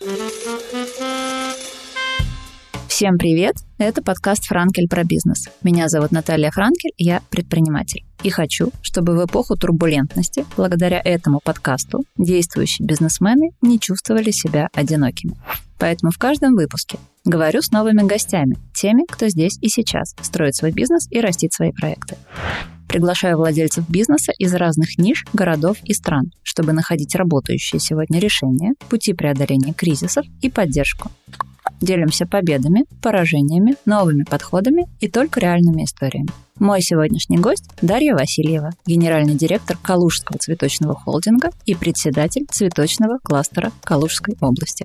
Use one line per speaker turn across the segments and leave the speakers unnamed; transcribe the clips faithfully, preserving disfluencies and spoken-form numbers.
Всем привет! Это подкаст «Франкель про бизнес». Меня зовут Наталья Франкель, я предприниматель. И хочу, чтобы в эпоху турбулентности, благодаря этому подкасту, действующие бизнесмены не чувствовали себя одинокими. Поэтому в каждом выпуске говорю с новыми гостями, теми, кто здесь и сейчас строит свой бизнес и растит свои проекты. Приглашаю владельцев бизнеса из разных ниш, городов и стран, чтобы находить работающие сегодня решения, пути преодоления кризисов и поддержку. Делимся победами, поражениями, новыми подходами и только реальными историями. Мой сегодняшний гость – Дарья Васильева, генеральный директор Калужского цветочного холдинга и председатель цветочного кластера Калужской области.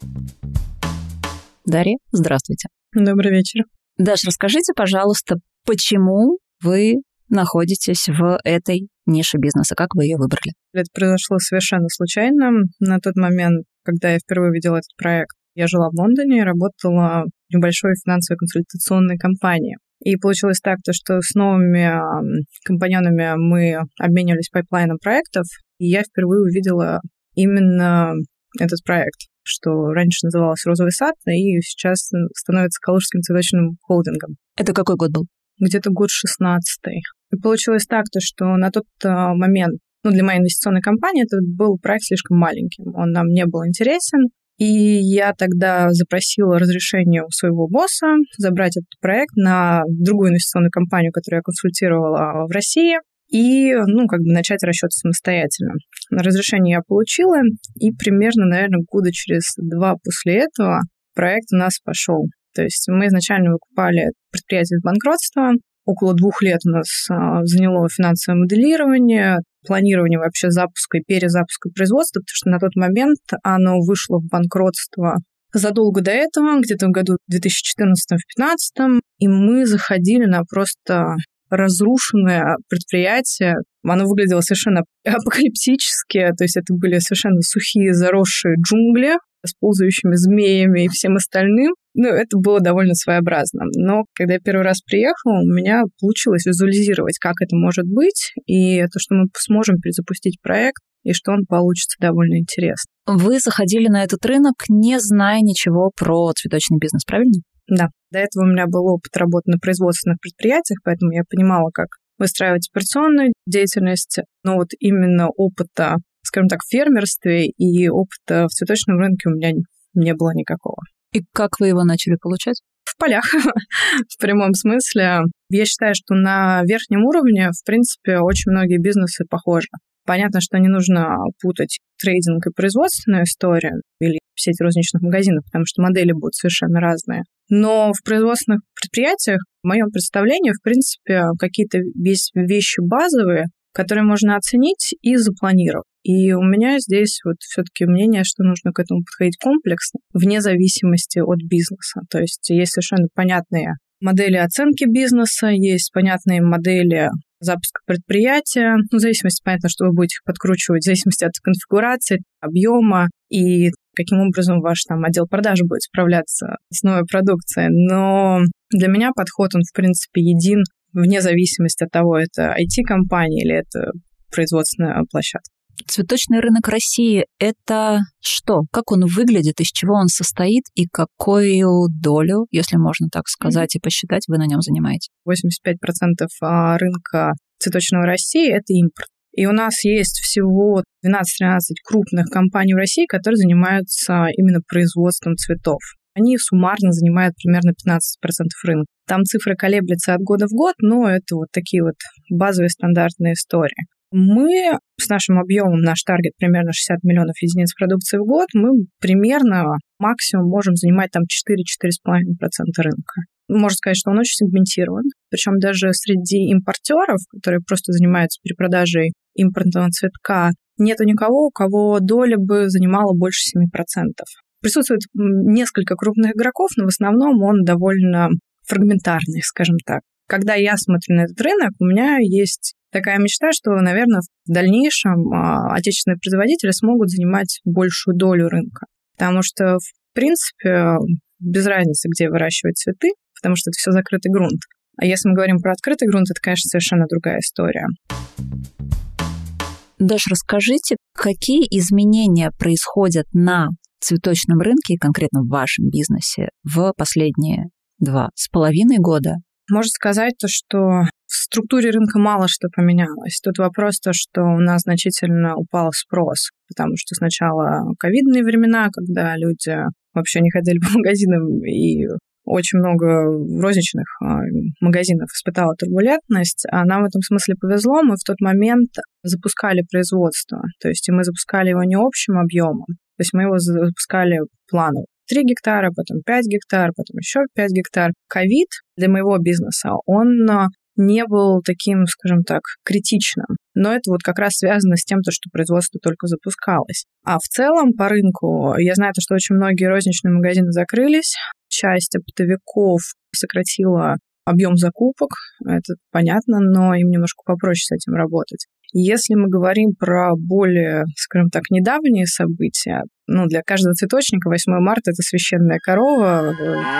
Дарья, здравствуйте.
Добрый вечер.
Даш, расскажите, пожалуйста, почему вы находитесь в этой нише бизнеса, как вы ее выбрали?
Это произошло совершенно случайно. На тот момент, когда я впервые увидела этот проект, я жила в Лондоне и работала в небольшой финансовой консультационной компании. И получилось так, что с новыми компаньонами мы обменивались пайплайном проектов, и я впервые увидела именно этот проект, что раньше называлось «Розовый сад», и сейчас становится Калужским цветочным холдингом.
Это какой год был?
Где-то год шестнадцатый. И получилось так, что на тот момент, ну, для моей инвестиционной компании это был проект слишком маленьким, он нам не был интересен. И я тогда запросила разрешение у своего босса забрать этот проект на другую инвестиционную компанию, которую я консультировала в России, и, ну, как бы начать расчет самостоятельно. Разрешение я получила, и примерно, наверное, года через два после этого проект у нас пошел. То есть мы изначально выкупали предприятие из банкротства. Около двух лет у нас заняло финансовое моделирование, планирование вообще запуска и перезапуска производства, потому что на тот момент оно вышло в банкротство задолго до этого, где-то в году две тысячи четырнадцатом - две тысячи пятнадцатом, и мы заходили на просто разрушенное предприятие. Оно выглядело совершенно апокалиптически, то есть это были совершенно сухие, заросшие джунгли с ползающими змеями и всем остальным. Ну, это было довольно своеобразно. Но когда я первый раз приехала, у меня получилось визуализировать, как это может быть, и то, что мы сможем перезапустить проект, и что он получится довольно интересно.
Вы заходили на этот рынок, не зная ничего про цветочный бизнес, правильно?
Да. До этого у меня был опыт работы на производственных предприятиях, поэтому я понимала, как выстраивать операционную деятельность, но вот именно опыта, скажем так, в фермерстве и опыта в цветочном рынке у меня не было никакого.
И как вы его начали получать?
В полях, в прямом смысле. Я считаю, что на верхнем уровне, в принципе, очень многие бизнесы похожи. Понятно, что не нужно путать трейдинг и производственную историю или сеть розничных магазинов, потому что модели будут совершенно разные. Но в производственных предприятиях, в моем представлении, в принципе, какие-то вещи базовые, которые можно оценить и запланировать. И у меня здесь вот все-таки мнение, что нужно к этому подходить комплексно, вне зависимости от бизнеса. То есть есть совершенно понятные модели оценки бизнеса, есть понятные модели запуска предприятия. Ну, в зависимости, понятно, что вы будете их подкручивать, в зависимости от конфигурации, объема и каким образом ваш там отдел продаж будет справляться с новой продукцией. Но для меня подход, он, в принципе, един вне зависимости от того, это ай ти-компания или это производственная площадка.
Цветочный рынок России – это что? Как он выглядит, из чего он состоит и какую долю, если можно так сказать, mm-hmm. и посчитать, вы на нем занимаете?
восемьдесят пять процентов рынка цветочного России – это импорт. И у нас есть всего двенадцать-тринадцать крупных компаний в России, которые занимаются именно производством цветов. Они суммарно занимают примерно пятнадцать процентов рынка. Там цифры колеблются от года в год, но это вот такие вот базовые стандартные истории. Мы с нашим объемом, наш таргет примерно шестьдесят миллионов единиц продукции в год, мы примерно максимум можем занимать там четыре-четыре целых пять десятых процента рынка. Можно сказать, что он очень сегментирован. Причем даже среди импортеров, которые просто занимаются перепродажей импортного цветка, нету никого, у кого доля бы занимала больше семь процентов. Присутствует несколько крупных игроков, но в основном он довольно фрагментарный, скажем так. Когда я смотрю на этот рынок, у меня есть такая мечта, что, наверное, в дальнейшем а, отечественные производители смогут занимать большую долю рынка. Потому что, в принципе, без разницы, где выращивать цветы, потому что это все закрытый грунт. А если мы говорим про открытый грунт, это, конечно, совершенно другая история.
Даш, расскажите, какие изменения происходят на цветочном рынке и конкретно в вашем бизнесе в последние два с половиной года?
Можно сказать то, что в структуре рынка мало что поменялось. Тут вопрос то, что у нас значительно упал спрос, потому что сначала ковидные времена, когда люди вообще не ходили по магазинам, и очень много розничных магазинов испытало турбулентность, а нам в этом смысле повезло. Мы в тот момент запускали производство, то есть мы запускали его не общим объемом, то есть мы его запускали планово. три гектара, потом пять гектар, потом еще пять гектар. Ковид для моего бизнеса, он не был таким, скажем так, критичным. Но это вот как раз связано с тем, что производство только запускалось. А в целом по рынку я знаю, что очень многие розничные магазины закрылись, часть оптовиков сократила объем закупок, это понятно, но им немножко попроще с этим работать. Если мы говорим про более, скажем так, недавние события, ну, для каждого цветочника восьмое марта — это священная корова.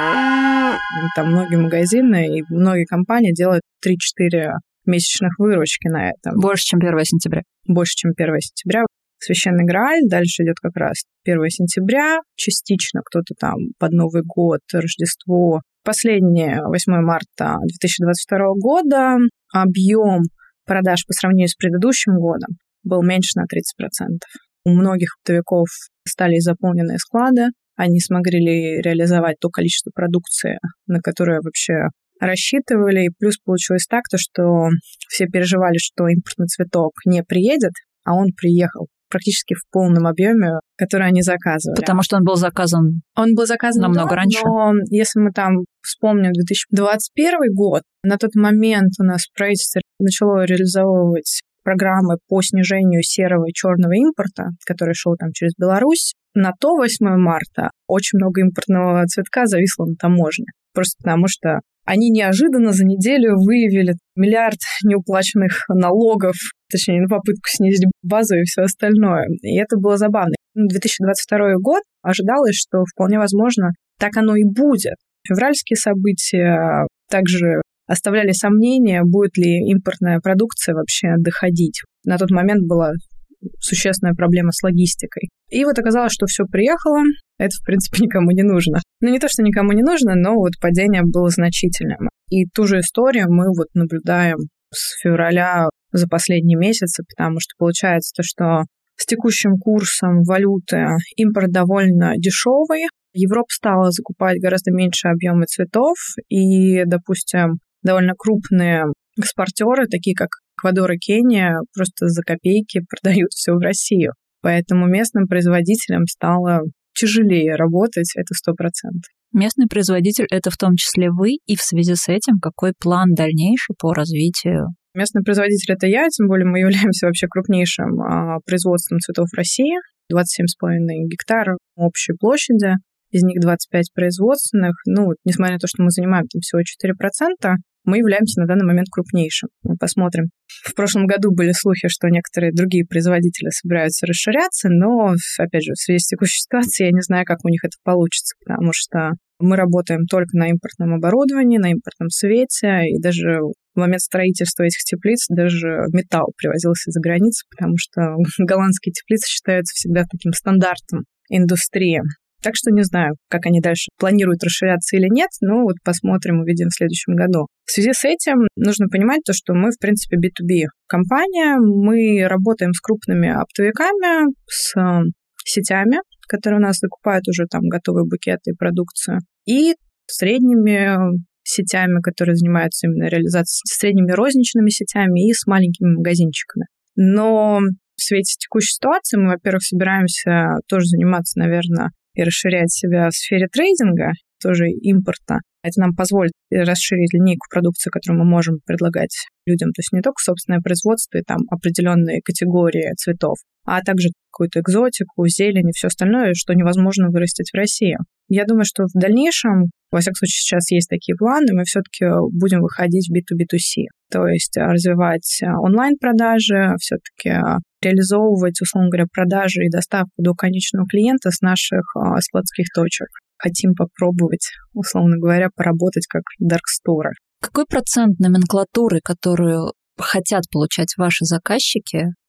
Там многие магазины и многие компании делают три-четыре месячных выручки на этом.
Больше, чем первое сентября.
Больше, чем первое сентября. Священный Грааль, дальше идет как раз первое сентября, частично кто-то там под Новый год, Рождество. Последнее, восьмое марта две тысячи двадцать второго года, объем продаж по сравнению с предыдущим годом был меньше на тридцать процентов. У многих оптовиков стали заполненные склады, они смогли реализовать то количество продукции, на которое вообще рассчитывали, и плюс получилось так, то, что все переживали, что импортный цветок не приедет, а он приехал практически в полном объеме, который они заказывали.
Потому что он был заказан
Он был заказан
намного
да,
раньше.
Но если мы там вспомним две тысячи двадцать первый год, на тот момент у нас правительство начало реализовывать программы по снижению серого и черного импорта, который шел там через Беларусь. На то восьмое марта очень много импортного цветка зависло на таможне. Просто потому что они неожиданно за неделю выявили миллиард неуплаченных налогов, точнее, на попытку снизить базу и все остальное. И это было забавно. две тысячи двадцать второй год ожидалось, что вполне возможно так оно и будет. Февральские события также оставляли сомнения, будет ли импортная продукция вообще доходить. На тот момент была существенная проблема с логистикой. И вот оказалось, что все приехало, это, в принципе, никому не нужно. Ну, не то, что никому не нужно, но вот падение было значительным. И ту же историю мы вот наблюдаем с февраля за последние месяцы, потому что получается то, что с текущим курсом валюты импорт довольно дешевый. Европа стала закупать гораздо меньше объемы цветов, и, допустим, довольно крупные экспортеры, такие как Эквадор и Кения, просто за копейки продают все в Россию. Поэтому местным производителям стало тяжелее работать, это сто процентов.
Местный производитель — это в том числе вы, и в связи с этим какой план дальнейший по развитию?
Местный производитель — это я, тем более мы являемся вообще крупнейшим а, производством цветов в России. двадцать семь с половиной гектаров общей площади, из них двадцать пять производственных. Ну, вот, несмотря на то, что мы занимаем там всего четыре процента, мы являемся на данный момент крупнейшим. Мы посмотрим. В прошлом году были слухи, что некоторые другие производители собираются расширяться, но, опять же, в связи с текущей ситуацией я не знаю, как у них это получится, потому что мы работаем только на импортном оборудовании, на импортном свете, и даже в момент строительства этих теплиц даже металл привозился из-за границы, потому что голландские теплицы считаются всегда таким стандартом индустрии. Так что не знаю, как они дальше планируют расширяться или нет, но вот посмотрим, увидим в следующем году. В связи с этим нужно понимать то, что мы, в принципе, би ту би компания, мы работаем с крупными оптовиками, с сетями, которые у нас закупают уже там готовые букеты и продукцию, и средними сетями, которые занимаются именно реализацией, с средними розничными сетями и с маленькими магазинчиками. Но в свете текущей ситуации мы, во-первых, собираемся тоже заниматься, наверное, и расширять себя в сфере трейдинга, тоже импорта. Это нам позволит расширить линейку продукции, которую мы можем предлагать людям. То есть не только собственное производство и там определенные категории цветов, а также какую-то экзотику, зелень и все остальное, что невозможно вырастить в России. Я думаю, что в дальнейшем, во всяком случае, сейчас есть такие планы, мы все-таки будем выходить в би ту би ту си, то есть развивать онлайн-продажи, все-таки реализовывать, условно говоря, продажи и доставку до конечного клиента с наших складских точек. Хотим попробовать, условно говоря, поработать как дарксторы.
Какой процент номенклатуры, которую хотят получать ваши заказчики,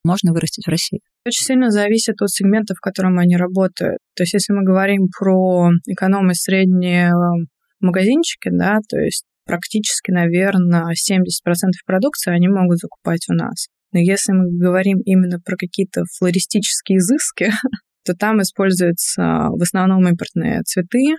можно вырастить в России?
Очень сильно зависит от сегмента, в котором они работают. То есть если мы говорим про эконом и средние магазинчики, да, то есть практически, наверное, семьдесят процентов продукции они могут закупать у нас. Но если мы говорим именно про какие-то флористические изыски, то там используются в основном импортные цветы,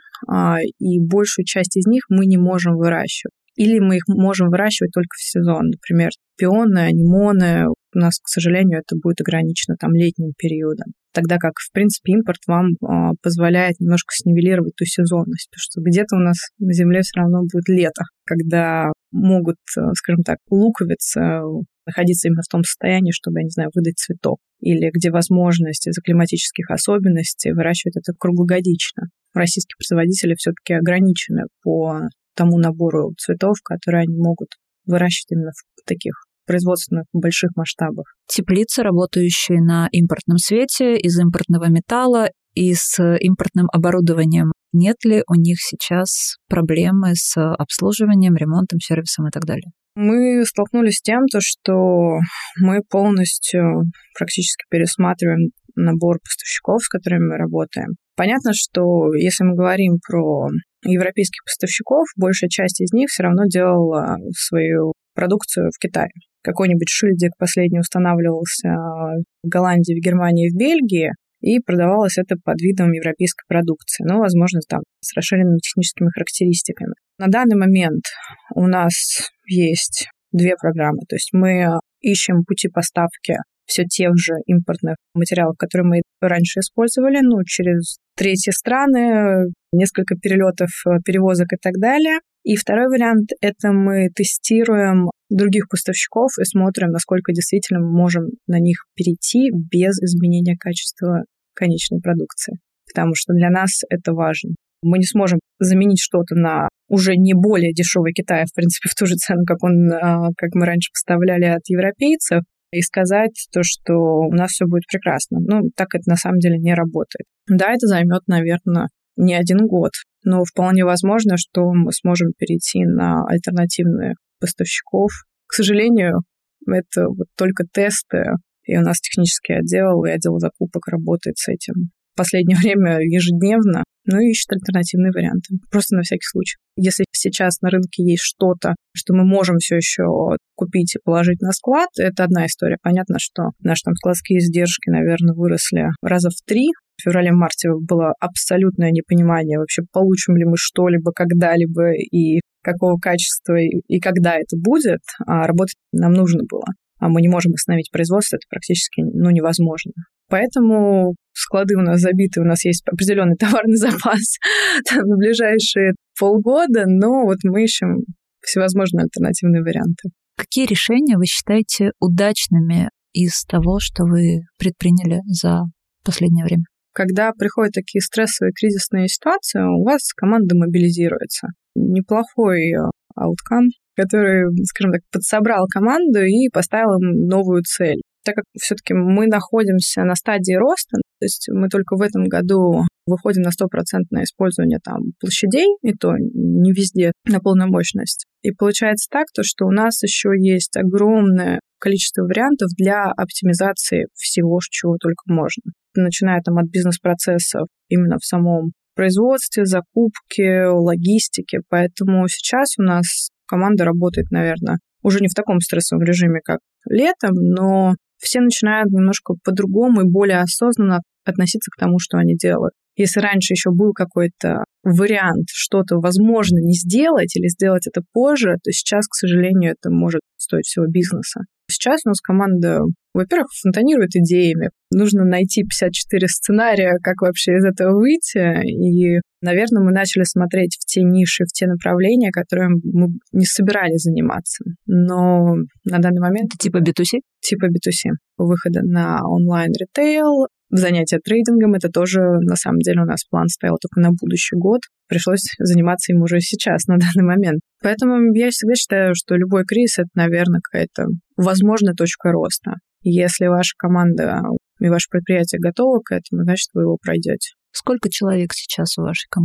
и большую часть из них мы не можем выращивать. Или мы их можем выращивать только в сезон. Например, пионы, анимоны. У нас, к сожалению, это будет ограничено там летним периодом. Тогда как, в принципе, импорт вам а, позволяет немножко снивелировать ту сезонность. Потому что где-то у нас на земле все равно будет лето, когда могут, скажем так, луковицы находиться именно в том состоянии, чтобы, я не знаю, выдать цветок. Или где возможность из-за климатических особенностей выращивать это круглогодично. Российские производители все-таки ограничены по тому набору цветов, которые они могут выращивать именно в таких производственных больших масштабах.
Теплицы, работающие на импортном свете, из импортного металла и с импортным оборудованием. Нет ли у них сейчас проблемы с обслуживанием, ремонтом, сервисом и так далее?
Мы столкнулись с тем, что мы полностью практически пересматриваем набор поставщиков, с которыми мы работаем. Понятно, что если мы говорим про европейских поставщиков, большая часть из них все равно делала свою продукцию в Китае. Какой-нибудь шильдик последний устанавливался в Голландии, в Германии, в Бельгии, и продавалось это под видом европейской продукции, но, возможно, там с расширенными техническими характеристиками. На данный момент у нас есть две программы, то есть мы ищем пути поставки все тех же импортных материалов, которые мы раньше использовали, ну, через третьи страны, несколько перелетов, перевозок и так далее. И второй вариант – это мы тестируем других поставщиков и смотрим, насколько действительно мы можем на них перейти без изменения качества конечной продукции. Потому что для нас это важно. Мы не сможем заменить что-то на уже не более дешевый Китай, в принципе, в ту же цену, как, он, как мы раньше поставляли от европейцев, и сказать то, что у нас все будет прекрасно. Ну, так это на самом деле не работает. Да, это займет, наверное, не один год, но вполне возможно, что мы сможем перейти на альтернативных поставщиков. К сожалению, это вот только тесты, и у нас технический отдел и отдел закупок работает с этим в последнее время ежедневно, ну и ищет альтернативные варианты. Просто на всякий случай. Если сейчас на рынке есть что-то, что мы можем все еще купить и положить на склад, это одна история. Понятно, что наши там складские издержки, наверное, выросли раза в три. В феврале-марте было абсолютное непонимание, вообще получим ли мы что-либо когда-либо и какого качества и, и когда это будет. А работать нам нужно было. А мы не можем остановить производство, это практически ну, невозможно. Поэтому склады у нас забиты, у нас есть определенный товарный запас там, на ближайшие полгода, но вот мы ищем всевозможные альтернативные варианты.
Какие решения вы считаете удачными из того, что вы предприняли за последнее время?
Когда приходят такие стрессовые кризисные ситуации, у вас команда мобилизируется. Неплохой ауткам, который, скажем так, подсобрал команду и поставил им новую цель. Так как все-таки мы находимся на стадии роста, то есть мы только в этом году выходим на стопроцентное использование там, площадей, и то не везде на полную мощность. И получается так, то, что у нас еще есть огромное количество вариантов для оптимизации всего, чего только можно. Начиная там, от бизнес-процессов именно в самом производстве, закупке, логистике. Поэтому сейчас у нас команда работает, наверное, уже не в таком стрессовом режиме, как летом, но все начинают немножко по-другому и более осознанно относиться к тому, что они делают. Если раньше еще был какой-то вариант что-то, возможно, не сделать или сделать это позже, то сейчас, к сожалению, это может стоить всего бизнеса. Сейчас у нас команда, во-первых, фонтанирует идеями. Нужно найти пятьдесят четыре сценария, как вообще из этого выйти. И, наверное, мы начали смотреть в те ниши, в те направления, которыми мы не собирались заниматься. Но на данный момент...
Это типа би ту си?
Типа би ту си. Выхода на онлайн-ритейл, занятия трейдингом. Это тоже, на самом деле, у нас план стоял только на будущий год. Пришлось заниматься им уже сейчас, на данный момент. Поэтому я всегда считаю, что любой кризис — это, наверное, какая-то возможная точка роста. Если ваша команда и ваше предприятие готовы к этому, значит, вы его пройдете.
Сколько человек сейчас в вашей команде?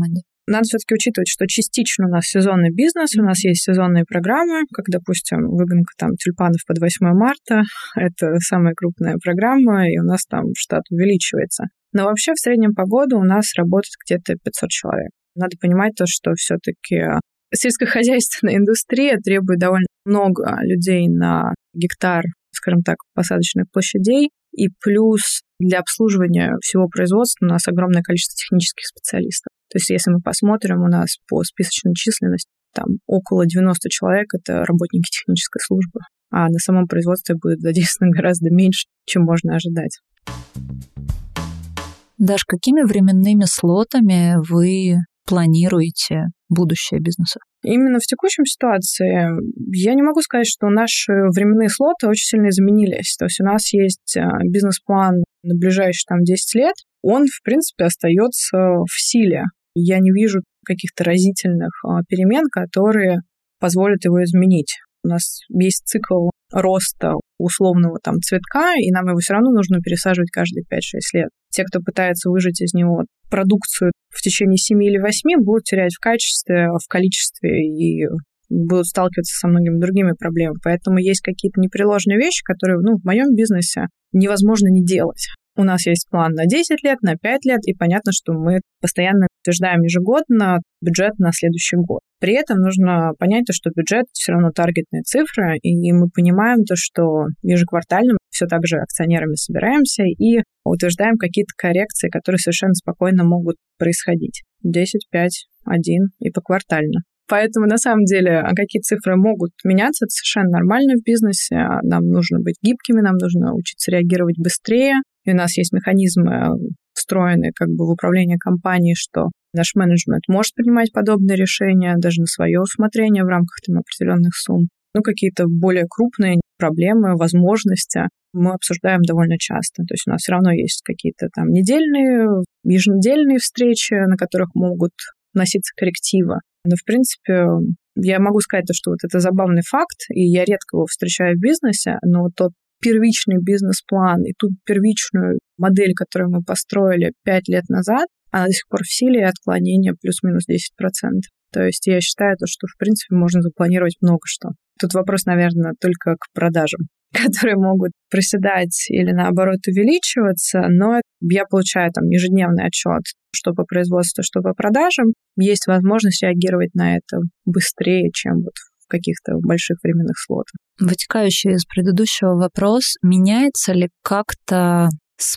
Надо все-таки учитывать, что частично у нас сезонный бизнес, у нас есть сезонные программы, как, допустим, выгонка там тюльпанов под восьмое марта. Это самая крупная программа, и у нас там штат увеличивается. Но вообще в среднем по году у нас работает где-то пятьсот человек. Надо понимать то, что все-таки сельскохозяйственная индустрия требует довольно много людей на гектар, скажем так, посадочных площадей, и плюс для обслуживания всего производства у нас огромное количество технических специалистов. То есть если мы посмотрим, у нас по списочной численности там около девяносто человек — это работники технической службы, а на самом производстве будет задействовано гораздо меньше, чем можно ожидать.
Даш, какими временными слотами вы планируете будущее бизнеса?
Именно в текущей ситуации я не могу сказать, что наши временные слоты очень сильно изменились. То есть у нас есть бизнес-план на ближайшие там, десять лет. Он, в принципе, остается в силе. Я не вижу каких-то разительных перемен, которые позволят его изменить. У нас есть цикл роста условного там цветка, и нам его все равно нужно пересаживать каждые пять-шесть лет. Те, кто пытается выжать из него продукцию в течение семи или восьми, будут терять в качестве, в количестве и будут сталкиваться со многими другими проблемами. Поэтому есть какие-то непреложные вещи, которые ну, в моем бизнесе невозможно не делать. У нас есть план на десять лет, на пять лет, и понятно, что мы постоянно утверждаем ежегодно бюджет на следующий год. При этом нужно понять то, что бюджет все равно таргетная цифра, и мы понимаем то, что ежеквартально мы все так же акционерами собираемся и утверждаем какие-то коррекции, которые совершенно спокойно могут происходить. десять, пять, один и поквартально. Поэтому, на самом деле, какие цифры могут меняться, это совершенно нормально в бизнесе. Нам нужно быть гибкими, нам нужно учиться реагировать быстрее. И у нас есть механизмы, встроенные как бы в управление компанией, что наш менеджмент может принимать подобные решения даже на свое усмотрение в рамках там, определенных сумм. Ну, какие-то более крупные проблемы, возможности мы обсуждаем довольно часто. То есть у нас все равно есть какие-то там недельные, еженедельные встречи, на которых могут вноситься коррективы. Но, в принципе, я могу сказать, что вот это забавный факт, и я редко его встречаю в бизнесе, но вот тот первичный бизнес-план и ту первичную модель, которую мы построили пять лет назад, она до сих пор в силе, и отклонение плюс-минус десять процентов. То есть я считаю, что, в принципе, можно запланировать много что. Тут вопрос, наверное, только к продажам, которые могут проседать или, наоборот, увеличиваться, но я получаю там ежедневный отчет, что по производству, что по продажам. Есть возможность реагировать на это быстрее, чем вот в каких-то больших временных слотах.
Вытекающий из предыдущего вопрос, меняется ли как-то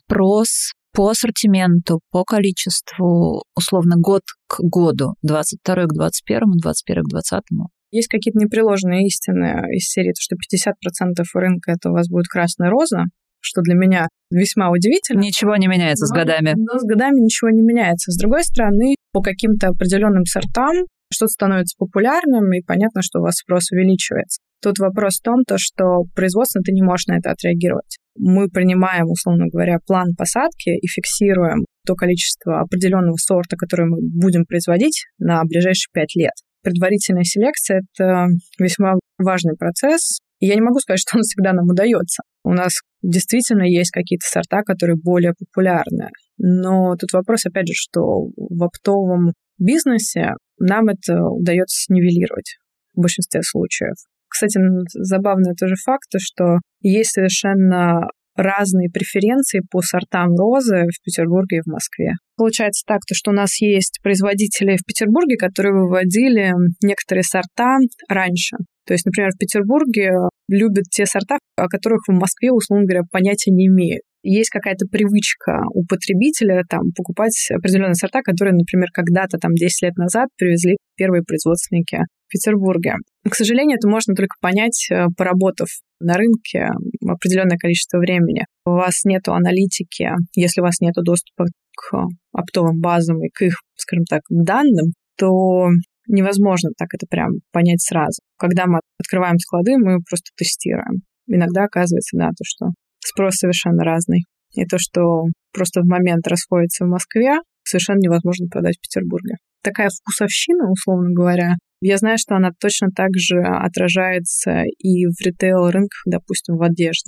спрос по ассортименту, по количеству, условно, год к году, двадцать второй к двадцать первому, двадцать первый к двадцатому?
Есть какие-то непреложные истины из серии, что пятьдесят процентов рынка это у вас будет красная роза, что для меня весьма удивительно.
Ничего не меняется
но,
с годами.
Но с годами ничего не меняется. С другой стороны, по каким-то определенным сортам что-то становится популярным, и понятно, что у вас спрос увеличивается. Тут вопрос в том, то, что производственно ты не можешь на это отреагировать. Мы принимаем, условно говоря, план посадки и фиксируем то количество определенного сорта, который мы будем производить на ближайшие пять лет. Предварительная селекция — это весьма важный процесс, и я не могу сказать, что он всегда нам удается. У нас действительно есть какие-то сорта, которые более популярны. Но тут вопрос, опять же, что в оптовом бизнесе нам это удается нивелировать в большинстве случаев. Кстати, забавный тоже факт, что есть совершенно разные преференции по сортам розы в Петербурге и в Москве. Получается так, что у нас есть производители в Петербурге, которые выводили некоторые сорта раньше. То есть, например, в Петербурге любят те сорта, о которых в Москве, условно говоря, понятия не имеют. Есть какая-то привычка у потребителя там, покупать определенные сорта, которые, например, когда-то, там, десять лет назад привезли первые производственники в Петербурге. К сожалению, это можно только понять, поработав на рынке определенное количество времени. У вас нет аналитики, если у вас нет доступа к оптовым базам и к их, скажем так, данным, то невозможно так это прям понять сразу. Когда мы открываем склады, мы просто тестируем. Иногда оказывается, да, то, что спрос совершенно разный. И то, что просто в момент расходится в Москве, совершенно невозможно продать в Петербурге. Такая вкусовщина, условно говоря, я знаю, что она точно так же отражается и в ритейл-рынках, допустим, в одежде.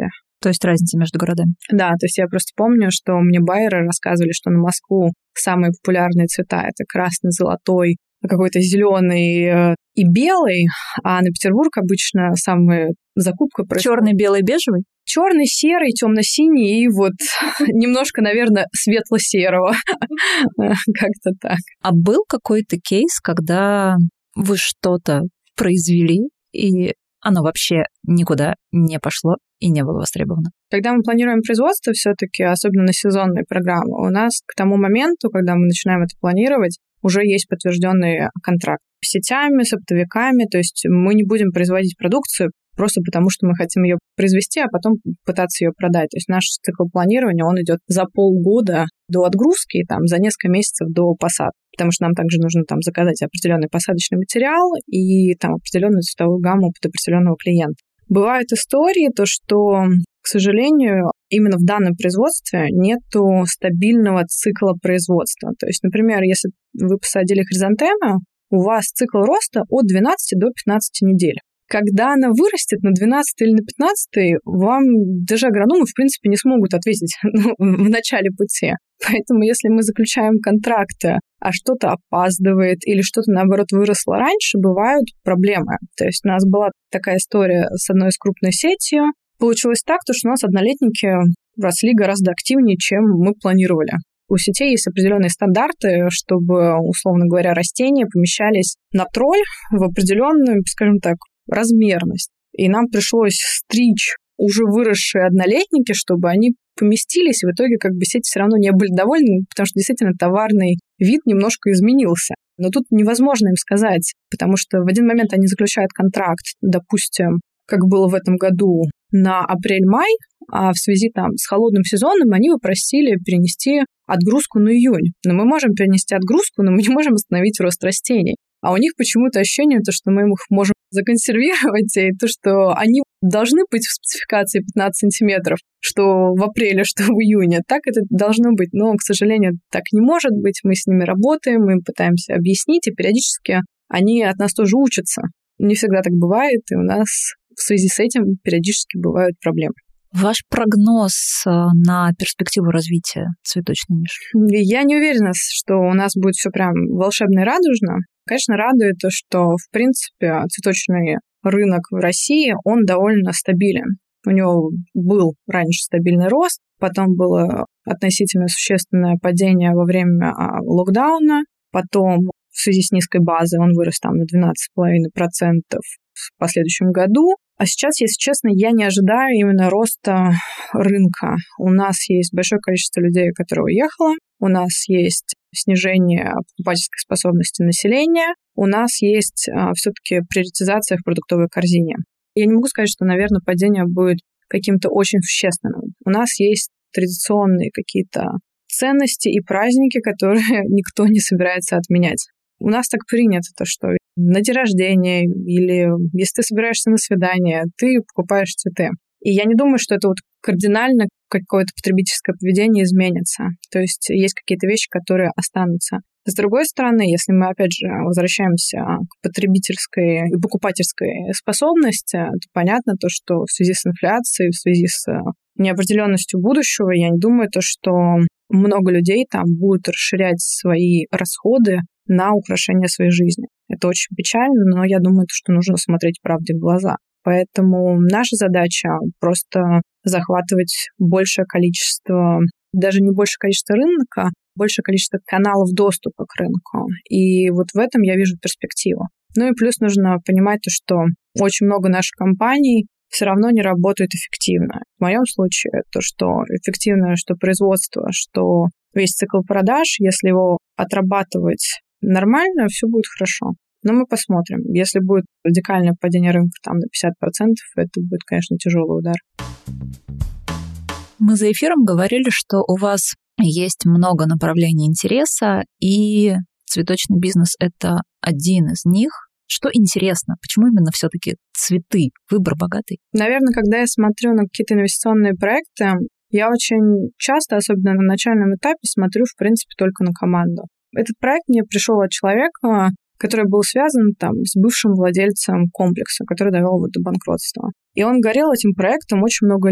То есть разница между городами.
Да, то есть я просто помню, что мне байеры рассказывали, что на Москву самые популярные цвета — это красный, золотой, какой-то зеленый и белый, а на Петербург обычно самая закупка происходит.
Черный, белый, бежевый?
Черный, серый, темно-синий и вот немножко, наверное, светло-серого. Как-то так.
А был какой-то кейс, когда вы что-то произвели, и оно вообще никуда не пошло и не было востребовано?
Когда мы планируем производство, все-таки, особенно на сезонные программы, у нас к тому моменту, когда мы начинаем это планировать, уже есть подтвержденный контракт с сетями, с оптовиками, то есть мы не будем производить продукцию просто потому, что мы хотим ее произвести, а потом пытаться ее продать. То есть наш цикл планирования, он идет за полгода до отгрузки и там за несколько месяцев до посадки, потому что нам также нужно там заказать определенный посадочный материал и там определенную цветовую гамму под определенного клиента. Бывают истории, то что, к сожалению, именно в данном производстве нету стабильного цикла производства. То есть, например, если вы посадили хризантему, у вас цикл роста от двенадцати до пятнадцати недель. Когда она вырастет на двенадцатый или на пятнадцатый, вам даже агрономы, в принципе, не смогут ответить ну, в начале пути. Поэтому если мы заключаем контракты, а что-то опаздывает или что-то, наоборот, выросло раньше, бывают проблемы. То есть у нас была такая история с одной из крупной сетью. Получилось так, что у нас однолетники росли гораздо активнее, чем мы планировали. У сетей есть определенные стандарты, чтобы, условно говоря, растения помещались на тролль в определенную, скажем так, размерность. И нам пришлось стричь уже выросшие однолетники, чтобы они поместились, и в итоге как бы сети все равно не были довольны, потому что действительно товарный вид немножко изменился. Но тут невозможно им сказать, потому что в один момент они заключают контракт, допустим, как было в этом году, на апрель-май, а в связи там с холодным сезоном они попросили перенести отгрузку на июнь. Но мы можем перенести отгрузку, но мы не можем остановить рост растений. А у них почему-то ощущение, то, что мы их можем законсервировать, и то, что они должны быть в спецификации пятнадцать сантиметров, что в апреле, что в июне. Так это должно быть. Но, к сожалению, так не может быть. Мы с ними работаем, мы пытаемся объяснить, и периодически они от нас тоже учатся. Не всегда так бывает, и у нас в связи с этим периодически бывают проблемы.
Ваш прогноз на перспективу развития цветочной ниши?
Я не уверена, что у нас будет все прям волшебно и радужно. Конечно, радует то, что, в принципе, цветочный рынок в России, он довольно стабилен. У него был раньше стабильный рост, потом было относительно существенное падение во время локдауна, потом в связи с низкой базой он вырос там на двенадцать целых пять десятых процента в последующем году. А сейчас, если честно, я не ожидаю именно роста рынка. У нас есть большое количество людей, которые уехало, у нас есть снижение покупательской способности населения, у нас есть а, все-таки приоритизация в продуктовой корзине. Я не могу сказать, что, наверное, падение будет каким-то очень существенным. У нас есть традиционные какие-то ценности и праздники, которые никто не собирается отменять. У нас так принято, то, что на день рождения или если ты собираешься на свидание, ты покупаешь цветы. И я не думаю, что это вот кардинально какое-то потребительское поведение изменится. То есть есть какие-то вещи, которые останутся. С другой стороны, если мы, опять же, возвращаемся к потребительской и покупательской способности, то понятно то, что в связи с инфляцией, в связи с неопределенностью будущего, я не думаю, то, что много людей там будут расширять свои расходы на украшение своей жизни. Это очень печально, но я думаю, что нужно смотреть правде в глаза. Поэтому наша задача просто захватывать большее количество, даже не большее количество рынка, большее количество каналов доступа к рынку. И вот в этом я вижу перспективу. Ну и плюс нужно понимать то, что очень много наших компаний все равно не работают эффективно. В моем случае то, что эффективное, что производство, что весь цикл продаж, если его отрабатывать нормально, все будет хорошо. Но мы посмотрим. Если будет радикальное падение рынка там, на пятьдесят процентов, это будет, конечно, тяжелый удар.
Мы за эфиром говорили, что у вас есть много направлений интереса, и цветочный бизнес — это один из них. Что интересно? Почему именно все-таки цветы? Выбор богатый?
Наверное, когда я смотрю на какие-то инвестиционные проекты, я очень часто, особенно на начальном этапе, смотрю, в принципе, только на команду. Этот проект мне пришел от человека, который был связан там с бывшим владельцем комплекса, который довел его до банкротства. И он горел этим проектом очень много лет.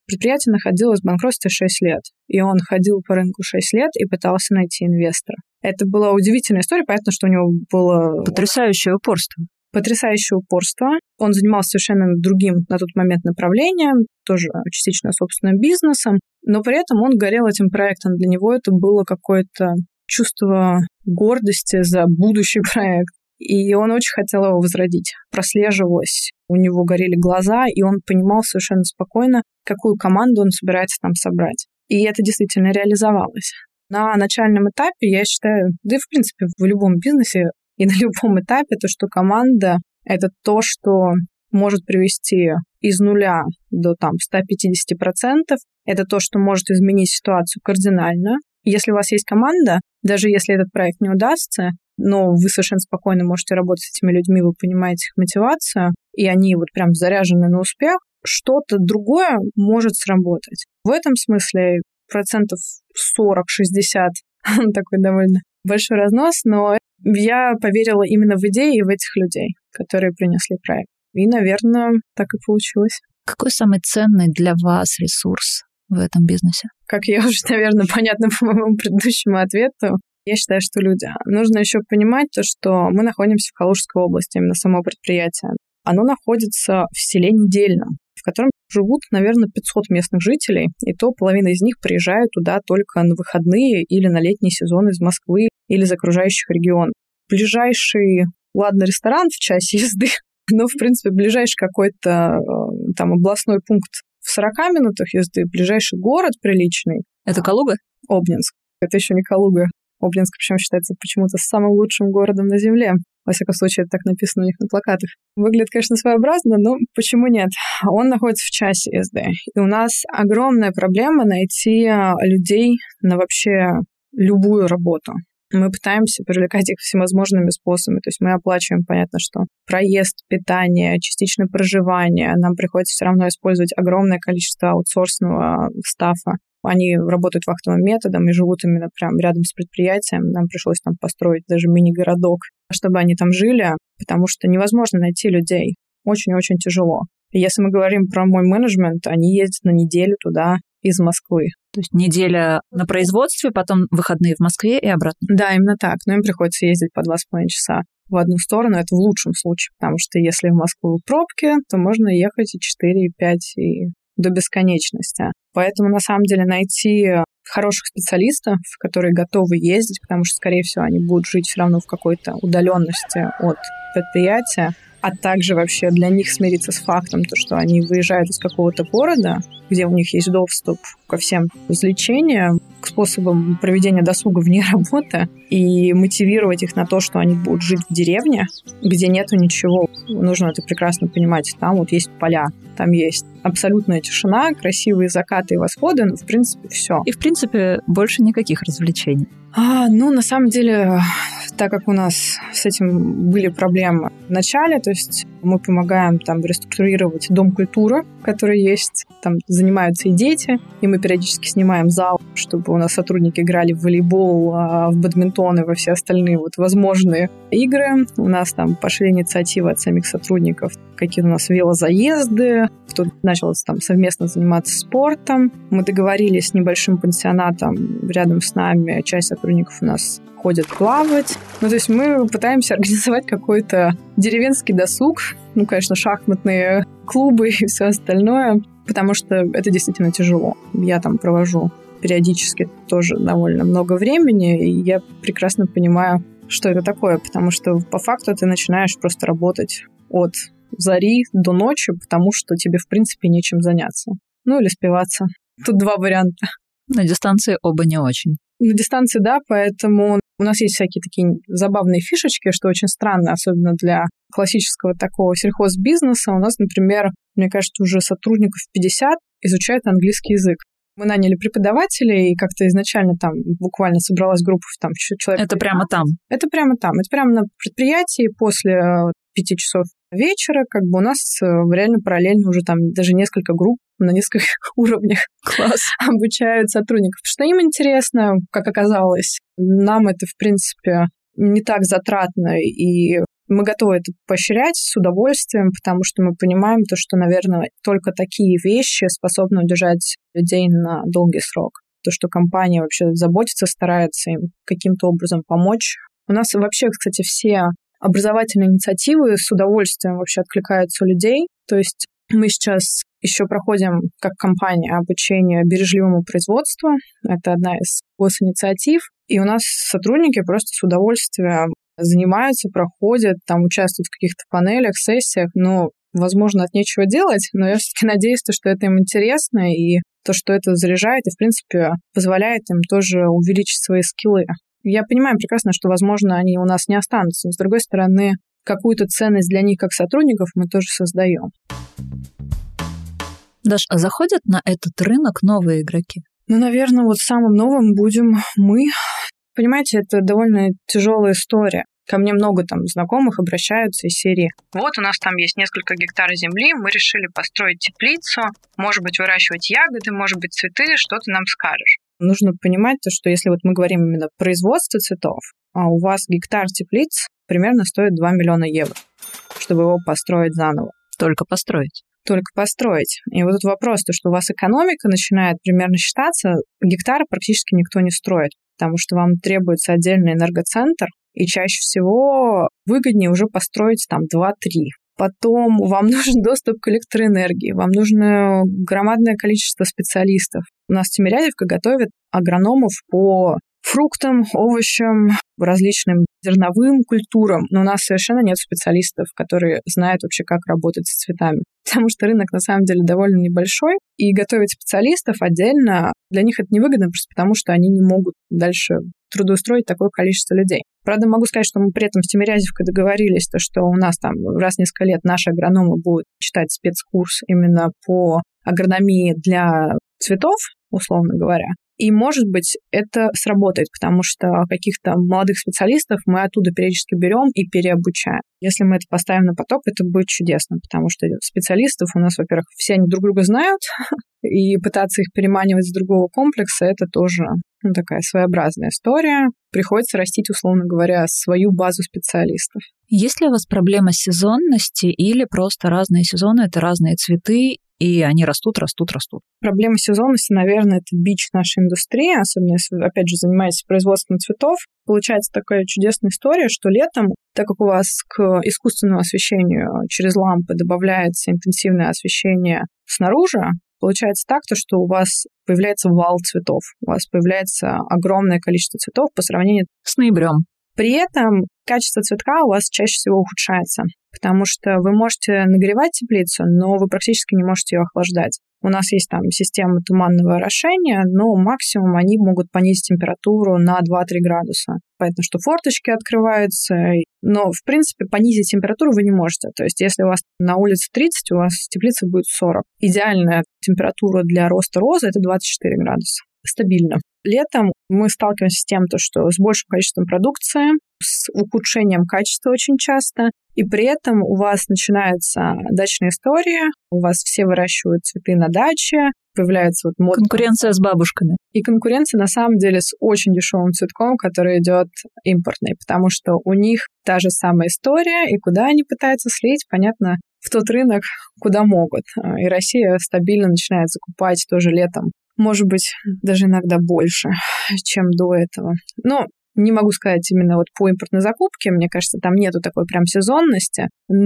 Предприятие находилось в банкротстве шесть лет, и он ходил по рынку шесть лет и пытался найти инвестора. Это была удивительная история, понятно, что у него было...
Потрясающее упорство.
Потрясающее упорство. Он занимался совершенно другим на тот момент направлением, тоже частично собственным бизнесом, но при этом он горел этим проектом. Для него это было какое-то чувство гордости за будущий проект. И он очень хотел его возродить. Прослеживалось, у него горели глаза, и он понимал совершенно спокойно, какую команду он собирается там собрать. И это действительно реализовалось. На начальном этапе, я считаю, да и в принципе в любом бизнесе и на любом этапе, то, что команда — это то, что может привести из нуля до там сто пятьдесят процентов. Это то, что может изменить ситуацию кардинально. Если у вас есть команда, даже если этот проект не удастся, но вы совершенно спокойно можете работать с этими людьми, вы понимаете их мотивацию, и они вот прям заряжены на успех, что-то другое может сработать. В этом смысле процентов сорок-шестьдесят такой довольно большой разнос, но я поверила именно в идеи и в этих людей, которые принесли проект. И, наверное, так и получилось.
Какой самый ценный для вас ресурс в этом бизнесе?
Как я уже, наверное, понятно по моему предыдущему ответу, я считаю, что люди. Нужно еще понимать то, что мы находимся в Калужской области, именно само предприятие. Оно находится в селе Недельном, в котором живут, наверное, пятьсот местных жителей, и то половина из них приезжает туда только на выходные или на летний сезон из Москвы или из окружающих регионов. Ближайший, ладно, ресторан в часе езды, но, в принципе, ближайший какой-то там областной пункт в сорока минутах езды, ближайший город приличный.
Это Калуга?
Обнинск. Это еще не Калуга. Обнинск, причем считается почему-то самым лучшим городом на Земле. Во всяком случае, это так написано у них на плакатах. Выглядит, конечно, своеобразно, но почему нет? Он находится в часе езды. И у нас огромная проблема найти людей на вообще любую работу. Мы пытаемся привлекать их всевозможными способами. То есть мы оплачиваем, понятно, что проезд, питание, частичное проживание. Нам приходится все равно использовать огромное количество аутсорсного стаффа. Они работают вахтовым методом и живут именно прям рядом с предприятием. Нам пришлось там построить даже мини-городок, чтобы они там жили, потому что невозможно найти людей. Очень-очень тяжело. И если мы говорим про мой менеджмент, они ездят на неделю туда из Москвы.
То есть неделя на производстве, потом выходные в Москве и обратно?
Да, именно так. Но им приходится ездить по два с половиной часа в одну сторону. Это в лучшем случае, потому что если в Москву пробки, то можно ехать и четыре, и пять, и до бесконечности. Поэтому, на самом деле, найти хороших специалистов, которые готовы ездить, потому что, скорее всего, они будут жить все равно в какой-то удаленности от предприятия, а также вообще для них смириться с фактом, то, что они выезжают из какого-то города, где у них есть доступ ко всем развлечениям, к способам проведения досуга вне работы, и мотивировать их на то, что они будут жить в деревне, где нету ничего. Нужно это прекрасно понимать. Там вот есть поля, там есть абсолютная тишина, красивые закаты и восходы, но в принципе все.
И в принципе больше никаких развлечений.
А, ну, на самом деле, так как у нас с этим были проблемы в начале, то есть мы помогаем там реструктурировать дом культуры, который есть, там занимаются и дети, и мы периодически снимаем зал, чтобы у нас сотрудники играли в волейбол, в бадминтон и во все остальные вот возможные игры. У нас там пошли инициативы от самих сотрудников, какие у нас велозаезды, кто начал там совместно заниматься спортом. Мы договорились с небольшим пансионатом рядом с нами, часть сотрудников у нас ходят плавать. Ну, то есть мы пытаемся организовать какой-то деревенский досуг, ну, конечно, шахматные клубы и все остальное, потому что это действительно тяжело. Я там провожу периодически тоже довольно много времени, и я прекрасно понимаю, что это такое, потому что по факту ты начинаешь просто работать от зари до ночи, потому что тебе, в принципе, нечем заняться. Ну, или спиваться. Тут два варианта.
На дистанции оба не очень.
На дистанции, да, поэтому у нас есть всякие такие забавные фишечки, что очень странно, особенно для классического такого сельхозбизнеса. У нас, например, мне кажется, уже сотрудников пятьдесят изучают английский язык. Мы наняли преподавателей, и как-то изначально там буквально собралась группа там человек.
Это прямо там?
Это прямо там. Это прямо на предприятии после пяти часов вечера. Как бы у нас реально параллельно уже там даже несколько групп на нескольких уровнях класс обучают сотрудников. Потому что им интересно, как оказалось. Нам это, в принципе, не так затратно и Мы готовы это поощрять с удовольствием, потому что мы понимаем то, что, наверное, только такие вещи способны удержать людей на долгий срок. То, что компания вообще заботится, старается им каким-то образом помочь. У нас вообще, кстати, все образовательные инициативы с удовольствием вообще откликаются у людей. То есть мы сейчас еще проходим, как компания, обучение бережливому производству. Это одна из госинициатив. И у нас сотрудники просто с удовольствием занимаются, проходят, там участвуют в каких-то панелях, сессиях. Но, возможно, от нечего делать, но я все-таки надеюсь, что это им интересно, и то, что это заряжает, и, в принципе, позволяет им тоже увеличить свои скиллы. Я понимаю прекрасно, что, возможно, они у нас не останутся, но, с другой стороны, какую-то ценность для них как сотрудников мы тоже создаем.
Даш, а заходят на этот рынок новые игроки?
Ну, наверное, вот самым новым будем мы. Понимаете, это довольно тяжелая история. Ко мне много там знакомых обращаются из серии: вот у нас там есть несколько гектар земли, мы решили построить теплицу, может быть, выращивать ягоды, может быть, цветы, что ты нам скажешь? Нужно понимать то, что если вот мы говорим именно производство цветов, а у вас гектар теплиц примерно стоит два миллиона евро, чтобы его построить заново.
Только построить.
Только построить. И вот тут вопрос, то, что у вас экономика начинает примерно считаться, гектар практически никто не строит, потому что вам требуется отдельный энергоцентр, и чаще всего выгоднее уже построить там два-три. Потом вам нужен доступ к электроэнергии, вам нужно громадное количество специалистов. У нас Тимирязевка готовит агрономов по фруктам, овощам, различным зерновым культурам, но у нас совершенно нет специалистов, которые знают вообще, как работать с цветами. Потому что рынок на самом деле довольно небольшой, и готовить специалистов отдельно для них это невыгодно, просто потому что они не могут дальше трудоустроить такое количество людей. Правда, могу сказать, что мы при этом с Тимирязевкой договорились, то, что у нас там раз в несколько лет наши агрономы будут читать спецкурс именно по агрономии для цветов, условно говоря. И, может быть, это сработает, потому что каких-то молодых специалистов мы оттуда периодически берем и переобучаем. Если мы это поставим на поток, это будет чудесно, потому что специалистов у нас, во-первых, все они друг друга знают, и пытаться их переманивать с другого комплекса — это тоже ну, такая своеобразная история. Приходится растить, условно говоря, свою базу специалистов.
Есть ли у вас проблема сезонности или просто разные сезоны — это разные цветы, и они растут, растут, растут?
Проблема сезонности, наверное, это бич нашей индустрии, особенно если вы, опять же, занимаетесь производством цветов. Получается такая чудесная история, что летом, так как у вас к искусственному освещению через лампы добавляется интенсивное освещение снаружи, получается так, то, что у вас появляется вал цветов, у вас появляется огромное количество цветов по сравнению
с ноябрем.
При этом качество цветка у вас чаще всего ухудшается, потому что вы можете нагревать теплицу, но вы практически не можете ее охлаждать. У нас есть там система туманного орошения, но максимум они могут понизить температуру на два-три градуса. Понятно, что форточки открываются, но, в принципе, понизить температуру вы не можете. То есть, если у вас на улице тридцать, у вас в теплице будет сорок. Идеальная температура для роста розы – это двадцать четыре градуса. Стабильно. Летом мы сталкиваемся с тем, что с большим количеством продукции, с ухудшением качества очень часто, и при этом у вас начинается дачная история, у вас все выращивают цветы на даче, появляется вот модная...
Конкуренция с бабушками.
И конкуренция, на самом деле, с очень дешевым цветком, который идет импортный, потому что у них та же самая история, и куда они пытаются слить, понятно, в тот рынок, куда могут. И Россия стабильно начинает закупать тоже летом. Может быть, даже иногда больше, чем до этого. Но не могу сказать именно вот по импортной закупке, мне кажется, там нету такой прям сезонности,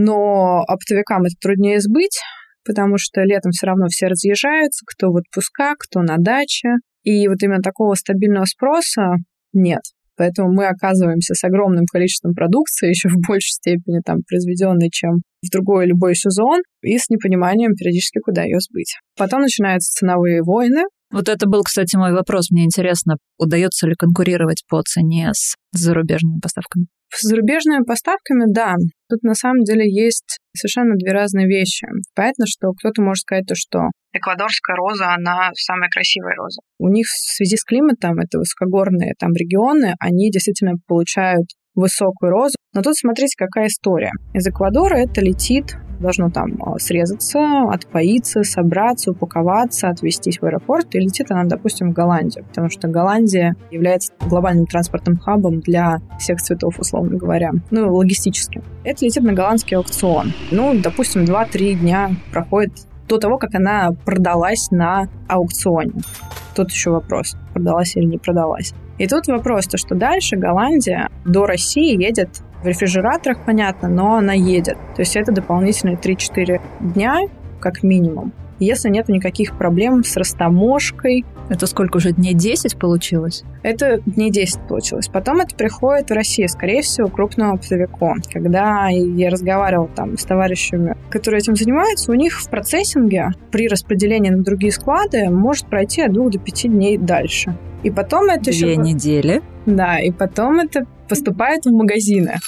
но оптовикам это труднее сбыть, потому что летом все равно все разъезжаются, кто в отпуска, кто на даче, и вот именно такого стабильного спроса нет. Поэтому мы оказываемся с огромным количеством продукции, еще в большей степени там произведенной, чем в другой любой сезон, и с непониманием периодически, куда ее сбыть. Потом начинаются ценовые войны.
Вот это был, кстати, мой вопрос. Мне интересно, удается ли конкурировать по цене с зарубежными поставками?
С зарубежными поставками, да. Тут на самом деле есть совершенно две разные вещи. Понятно, что кто-то может сказать то, что эквадорская роза, она самая красивая роза. У них в связи с климатом, это высокогорные там регионы, они действительно получают высокую розу. Но тут смотрите, какая история. Из Эквадора это летит должно там срезаться, отпоиться, собраться, упаковаться, отвезтись в аэропорт, и летит она, допустим, в Голландию, потому что Голландия является глобальным транспортным хабом для всех цветов, условно говоря, ну, логистически. Это летит на голландский аукцион. Ну, допустим, два-три дня проходит до того, как она продалась на аукционе. Тут еще вопрос, продалась или не продалась. И тут вопрос, то, что дальше Голландия до России едет в рефрижераторах, понятно, но она едет. То есть это дополнительные три-четыре дня, как минимум. Если нет никаких проблем с растаможкой.
Это сколько уже, дней десять получилось?
Это дней десять получилось. Потом это приходит в Россию, скорее всего, крупному оптовику. Когда я разговаривала там с товарищами, которые этим занимаются, у них в процессинге при распределении на другие склады может пройти от двух до пяти дней дальше. И потом это
Две
еще...
Две недели.
Да, и потом это поступает в магазины.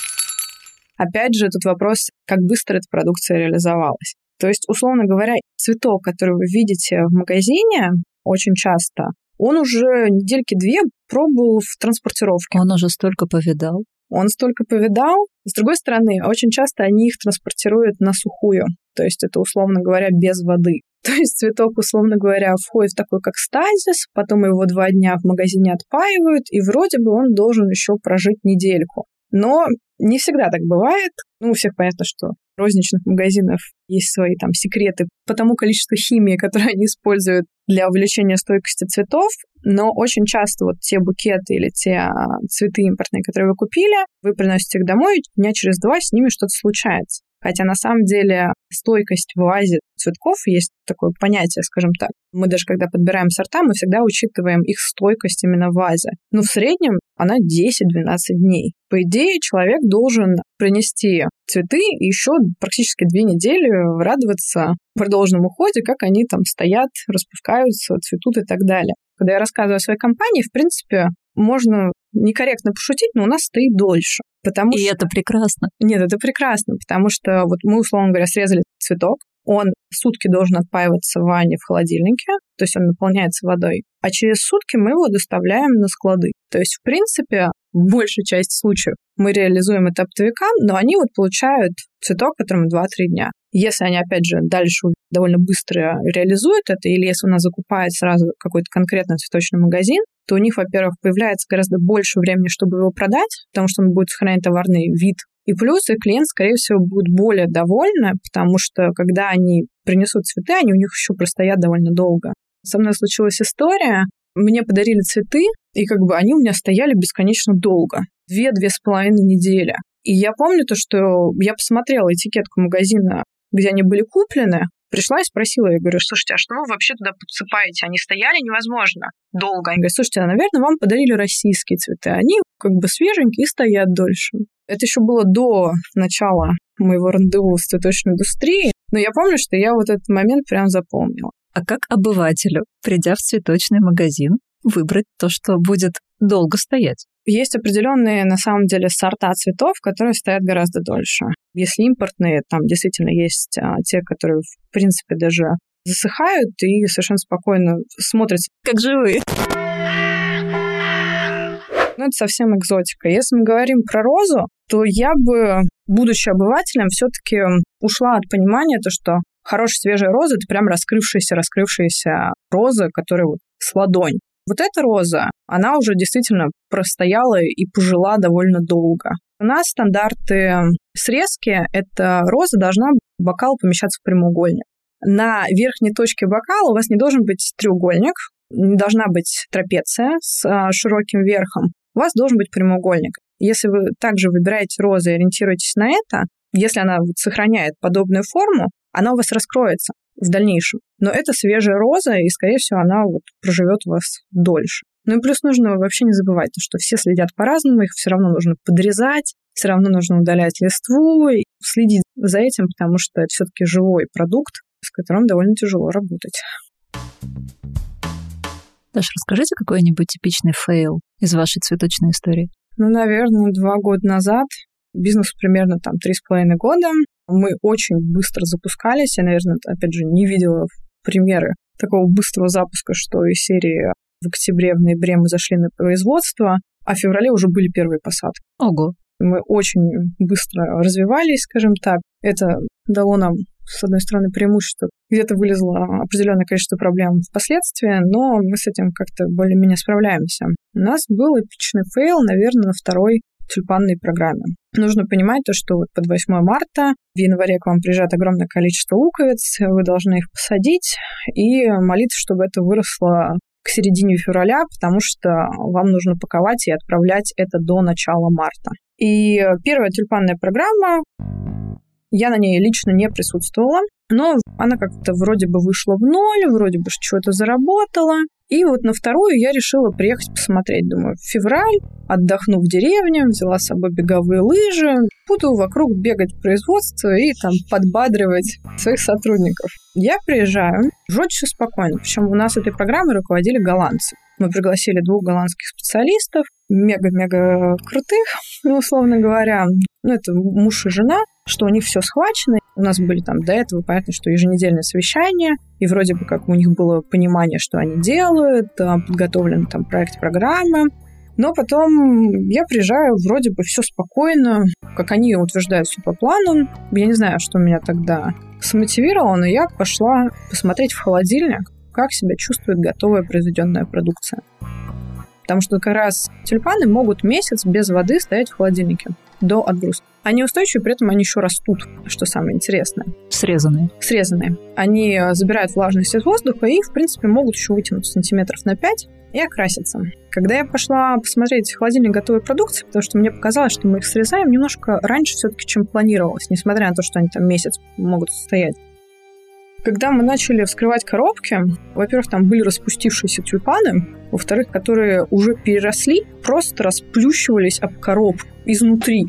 Опять же, тут вопрос, как быстро эта продукция реализовалась. То есть, условно говоря, цветок, который вы видите в магазине, очень часто, он уже недельки-две пробовал в транспортировке.
Он уже столько повидал.
Он столько повидал. С другой стороны, очень часто они их транспортируют на сухую. То есть это, условно говоря, без воды. То есть цветок, условно говоря, входит в такой, как стазис, потом его два дня в магазине отпаивают, и вроде бы он должен еще прожить недельку. Но не всегда так бывает. Ну, у всех понятно, что в розничных магазинах есть свои там секреты по тому количеству химии, которое они используют для увеличения стойкости цветов, но очень часто вот те букеты или те цветы импортные, которые вы купили, вы приносите их домой, и дня через два с ними что-то случается. Хотя на самом деле стойкость в вазе цветков, есть такое понятие, скажем так. Мы даже когда подбираем сорта, мы всегда учитываем их стойкость именно в вазе. Но в среднем она десять-двенадцать дней. По идее, человек должен принести цветы и еще практически две недели радоваться продолженному уходе, как они там стоят, распускаются, цветут и так далее. Когда я рассказываю о своей компании, в принципе, можно некорректно пошутить, но у нас стоит дольше. Потому
и
что...
это прекрасно.
Нет, это прекрасно, потому что вот мы, условно говоря, срезали цветок, он сутки должен отпаиваться в ванне в холодильнике, то есть он наполняется водой, а через сутки мы его доставляем на склады. То есть, в принципе, большая часть случаев мы реализуем это оптовикам, но они вот получают цветок, которому два-три дня. Если они, опять же, дальше довольно быстро реализуют это, или если у нас закупает сразу какой-то конкретный цветочный магазин, то у них, во-первых, появляется гораздо больше времени, чтобы его продать, потому что он будет сохранять товарный вид. И плюс и клиент, скорее всего, будет более довольны, потому что когда они принесут цветы, они у них еще простоят довольно долго. Со мной случилась история. Мне подарили цветы, и как бы они у меня стояли бесконечно долго. Две-две с половиной недели. И я помню то, что я посмотрела этикетку магазина, где они были куплены, пришла и спросила, я говорю, слушайте, а что вы вообще туда подсыпаете? Они стояли невозможно долго. Они говорят, слушайте, а, наверное, вам подарили российские цветы. Они как бы свеженькие и стоят дольше. Это еще было до начала моего рандеву с цветочной индустрией, но я помню, что я вот этот момент прям запомнила.
А как обывателю, придя в цветочный магазин, выбрать то, что будет долго стоять?
Есть определенные, на самом деле, сорта цветов, которые стоят гораздо дольше. Если импортные, там действительно есть а, те, которые, в принципе, даже засыхают и совершенно спокойно смотрятся
как живые.
Ну, это совсем экзотика. Если мы говорим про розу, то я бы, будучи обывателем, все-таки ушла от понимания, то, что хорошая свежая роза — это прям раскрывшаяся, раскрывшаяся роза, которая вот с ладонь. Вот эта роза, она уже действительно простояла и пожила довольно долго. У нас стандарты срезки — это роза должна бокал помещаться в прямоугольник. На верхней точке бокала у вас не должен быть треугольник, не должна быть трапеция с широким верхом, у вас должен быть прямоугольник. Если вы также выбираете розы и ориентируетесь на это, если она вот сохраняет подобную форму, она у вас раскроется в дальнейшем. Но это свежая роза, и, скорее всего, она вот проживет у вас дольше. Ну и плюс нужно вообще не забывать, что все следят по-разному, их все равно нужно подрезать, все равно нужно удалять листву, и следить за этим, потому что это все-таки живой продукт, с которым довольно тяжело работать.
Даша, расскажите какой-нибудь типичный фейл из вашей цветочной истории.
Ну, наверное, два года назад, бизнесу примерно там три с половиной года, мы очень быстро запускались. Я, наверное, опять же, не видела примеры такого быстрого запуска, что из серии в октябре, в ноябре мы зашли на производство, а в феврале уже были первые посадки.
Ого!
Мы очень быстро развивались, скажем так. Это дало нам, с одной стороны, преимущество. Где-то вылезло определенное количество проблем впоследствии, но мы с этим как-то более-менее справляемся. У нас был эпичный фейл, наверное, на второй тюльпанной программе. Нужно понимать то, что вот под восьмое марта в январе к вам приезжает огромное количество луковиц, вы должны их посадить и молиться, чтобы это выросло к середине февраля, потому что вам нужно паковать и отправлять это до начала марта. И первая тюльпанная программа, я на ней лично не присутствовала, но она как-то вроде бы вышла в ноль, вроде бы что-то заработала. И вот на вторую я решила приехать посмотреть. Думаю, февраль, отдохну в деревне, взяла с собой беговые лыжи, буду вокруг бегать в производство и там подбадривать своих сотрудников. Я приезжаю, вроде все спокойно. Причем у нас этой программой руководили голландцы. Мы пригласили двух голландских специалистов, мега-мега крутых, ну, условно говоря. Ну, это муж и жена, что у них все схвачено. У нас были там до этого, понятно, что еженедельные совещания, и вроде бы как у них было понимание, что они делают, подготовлен там проект программы. Но потом я приезжаю, вроде бы все спокойно, как они утверждают, все по плану. Я не знаю, что меня тогда смотивировало, но я пошла посмотреть в холодильник, как себя чувствует готовая произведенная продукция. Потому что как раз тюльпаны могут месяц без воды стоять в холодильнике до отгрузки. Они устойчивы, при этом они еще растут, что самое интересное.
Срезанные.
Срезанные. Они забирают влажность из воздуха и, в принципе, могут еще вытянуть сантиметров на пять и окраситься. Когда я пошла посмотреть холодильник готовой продукции, потому что мне показалось, что мы их срезаем немножко раньше все-таки, чем планировалось, несмотря на то, что они там месяц могут стоять. Когда мы начали вскрывать коробки, во-первых, там были распустившиеся тюльпаны, во-вторых, которые уже переросли, просто расплющивались об коробку изнутри.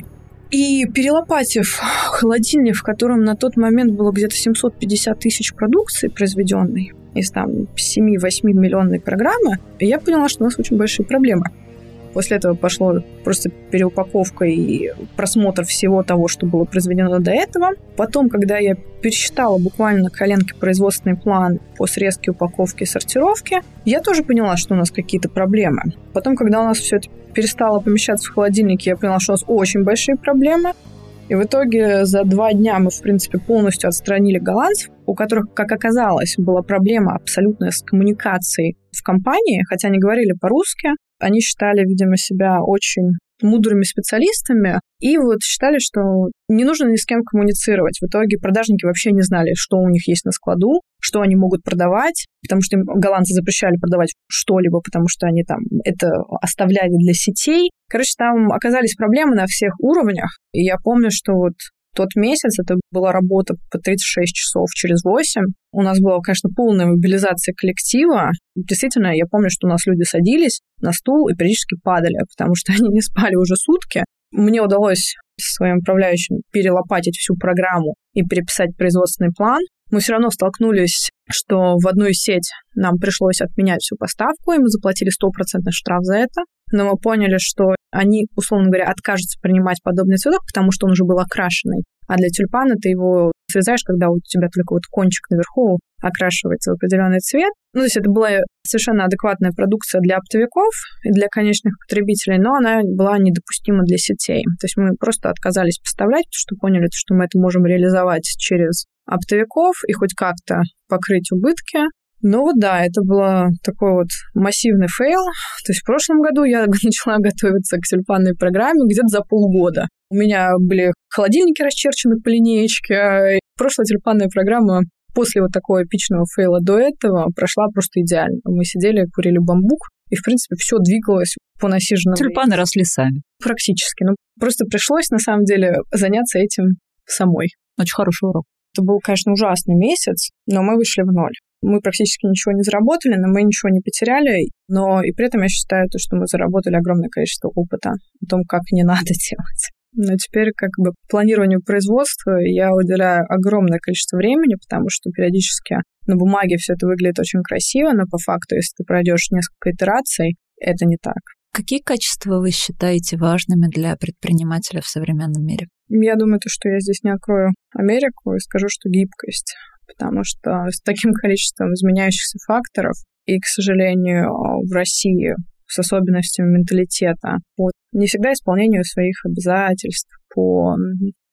И перелопатив холодильник, в котором на тот момент было где-то семьсот пятьдесят тысяч продукции произведенной из там семь-восемь миллионной программы, я поняла, что у нас очень большие проблемы. После этого пошло просто переупаковка и просмотр всего того, что было произведено до этого. Потом, когда я пересчитала буквально на коленке производственный план по срезке, упаковке и сортировке, я тоже поняла, что у нас какие-то проблемы. Потом, когда у нас все это перестало помещаться в холодильнике, я поняла, что у нас очень большие проблемы. И в итоге за два дня мы, в принципе, полностью отстранили голландцев, у которых, как оказалось, была проблема абсолютная с коммуникацией в компании, хотя они говорили по-русски. Они считали, видимо, себя очень мудрыми специалистами и вот считали, что не нужно ни с кем коммуницировать. В итоге продажники вообще не знали, что у них есть на складу, что они могут продавать, потому что им голландцы запрещали продавать что-либо, потому что они там это оставляли для сетей. Короче, там оказались проблемы на всех уровнях. И я помню, что вот тот месяц это была работа по тридцать шесть часов через восемь. У нас была, конечно, полная мобилизация коллектива. Действительно, я помню, что у нас люди садились на стул и периодически падали, потому что они не спали уже сутки. Мне удалось со своим управляющим перелопатить всю программу и переписать производственный план. Мы все равно столкнулись, что в одну сеть нам пришлось отменять всю поставку, и мы заплатили стопроцентный штраф за это. Но мы поняли, что они, условно говоря, откажутся принимать подобный цветок, потому что он уже был окрашенный. А для тюльпана ты его срезаешь, когда у тебя только вот кончик наверху окрашивается в определенный цвет. Ну, то есть это была совершенно адекватная продукция для оптовиков и для конечных потребителей, но она была недопустима для сетей. То есть мы просто отказались поставлять, потому что поняли, что мы это можем реализовать через оптовиков и хоть как-то покрыть убытки. Ну вот да, это был такой вот массивный фейл. То есть в прошлом году я начала готовиться к тюльпанной программе где-то за полгода. У меня были холодильники расчерчены по линеечке. Прошлая тюльпанная программа после вот такого эпичного фейла до этого прошла просто идеально. Мы сидели, курили бамбук, и, в принципе, все двигалось по насиженному.
Тюльпаны росли сами.
Практически. Ну, просто пришлось, на самом деле, заняться этим самой.
Очень хороший урок.
Это был, конечно, ужасный месяц, но мы вышли в ноль. Мы практически ничего не заработали, но мы ничего не потеряли, но и при этом я считаю, то, что мы заработали огромное количество опыта о том, как не надо делать. Но теперь как бы планированию производства я уделяю огромное количество времени, потому что периодически на бумаге все это выглядит очень красиво, но по факту, если ты пройдешь несколько итераций, это не так.
Какие качества вы считаете важными для предпринимателя в современном мире?
Я думаю, то, что я здесь не открою Америку и скажу, что гибкость, потому что с таким количеством изменяющихся факторов и, к сожалению, в России с особенностями менталитета по не всегда исполнению своих обязательств, по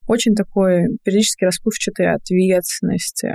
очень такой периодически расплывчатой ответственности.